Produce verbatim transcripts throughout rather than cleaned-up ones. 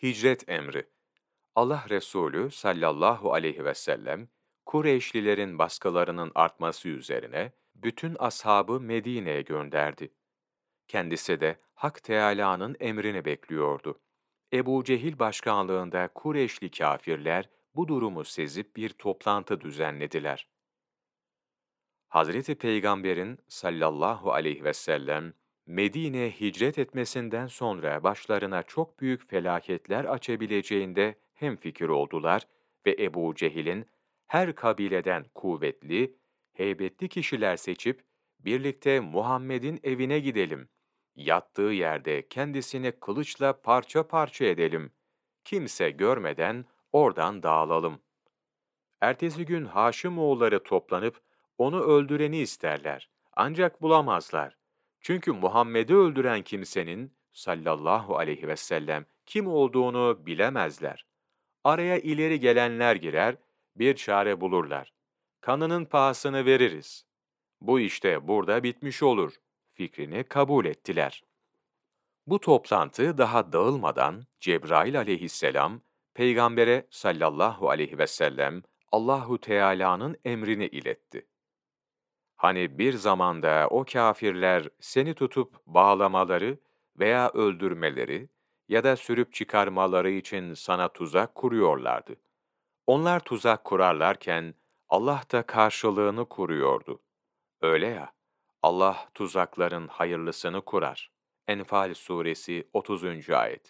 Hicret emri. Allah Resulü sallallahu aleyhi ve sellem, Kureyşlilerin baskılarının artması üzerine bütün ashabı Medine'ye gönderdi. Kendisi de Hak Teâlâ'nın emrini bekliyordu. Ebu Cehil başkanlığında Kureyşli kâfirler bu durumu sezip bir toplantı düzenlediler. Hazreti Peygamber'in sallallahu aleyhi ve sellem Medine'ye hicret etmesinden sonra başlarına çok büyük felaketler açabileceğinde hemfikir oldular ve Ebu Cehil'in her kabileden kuvvetli, heybetli kişiler seçip birlikte Muhammed'in evine gidelim. Yattığı yerde kendisini kılıçla parça parça edelim. Kimse görmeden oradan dağılalım. Ertesi gün Haşimoğulları toplanıp onu öldüreni isterler. Ancak bulamazlar. Çünkü Muhammed'i öldüren kimsenin sallallahu aleyhi ve sellem kim olduğunu bilemezler. Araya ileri gelenler girer, bir çare bulurlar. Kanının pahasını veririz. Bu işte burada bitmiş olur fikrini kabul ettiler. Bu toplantı daha dağılmadan Cebrail aleyhisselam, Peygambere sallallahu aleyhi ve sellem Allahu Teala'nın emrini iletti. Hani bir zamanda o kâfirler seni tutup bağlamaları veya öldürmeleri ya da sürüp çıkarmaları için sana tuzak kuruyorlardı. Onlar tuzak kurarlarken Allah da karşılığını kuruyordu. Öyle ya, Allah tuzakların hayırlısını kurar. Enfal suresi otuzuncu ayet.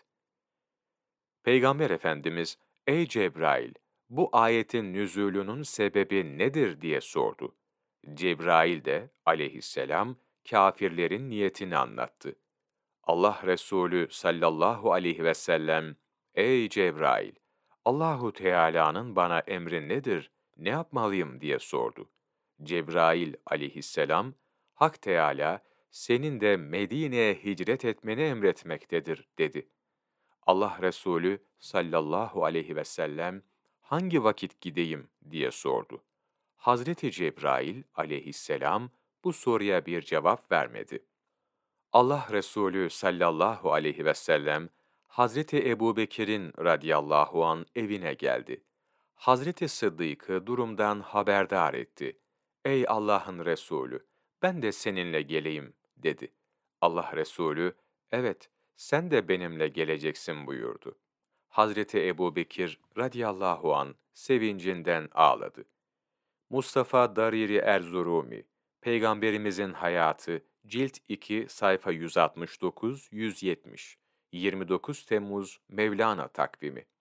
Peygamber Efendimiz, "Ey Cebrail, bu ayetin nüzulünün sebebi nedir?" diye sordu. Cebrail de aleyhisselam kâfirlerin niyetini anlattı. Allah Resulü sallallahu aleyhi ve sellem, "Ey Cebrail, Allahu Teala'nın bana emri nedir? Ne yapmalıyım?" diye sordu. Cebrail aleyhisselam, "Hak Teala senin de Medine'ye hicret etmeni emretmektedir." dedi. Allah Resulü sallallahu aleyhi ve sellem, "Hangi vakit gideyim?" diye sordu. Hazreti Cebrail aleyhisselam bu soruya bir cevap vermedi. Allah Resulü sallallahu aleyhi ve sellem Hazreti Ebubekir'in radıyallahu an evine geldi. Hazreti Sıddık'ı durumdan haberdar etti. "Ey Allah'ın Resulü, ben de seninle geleyim." dedi. Allah Resulü, "Evet, sen de benimle geleceksin." buyurdu. Hazreti Ebubekir radıyallahu an sevincinden ağladı. Mustafa Dariri Erzurumi, Peygamberimizin Hayatı, Cilt iki, sayfa yüz altmış dokuz yüz yetmiş, yirmi dokuz Temmuz Mevlana takvimi.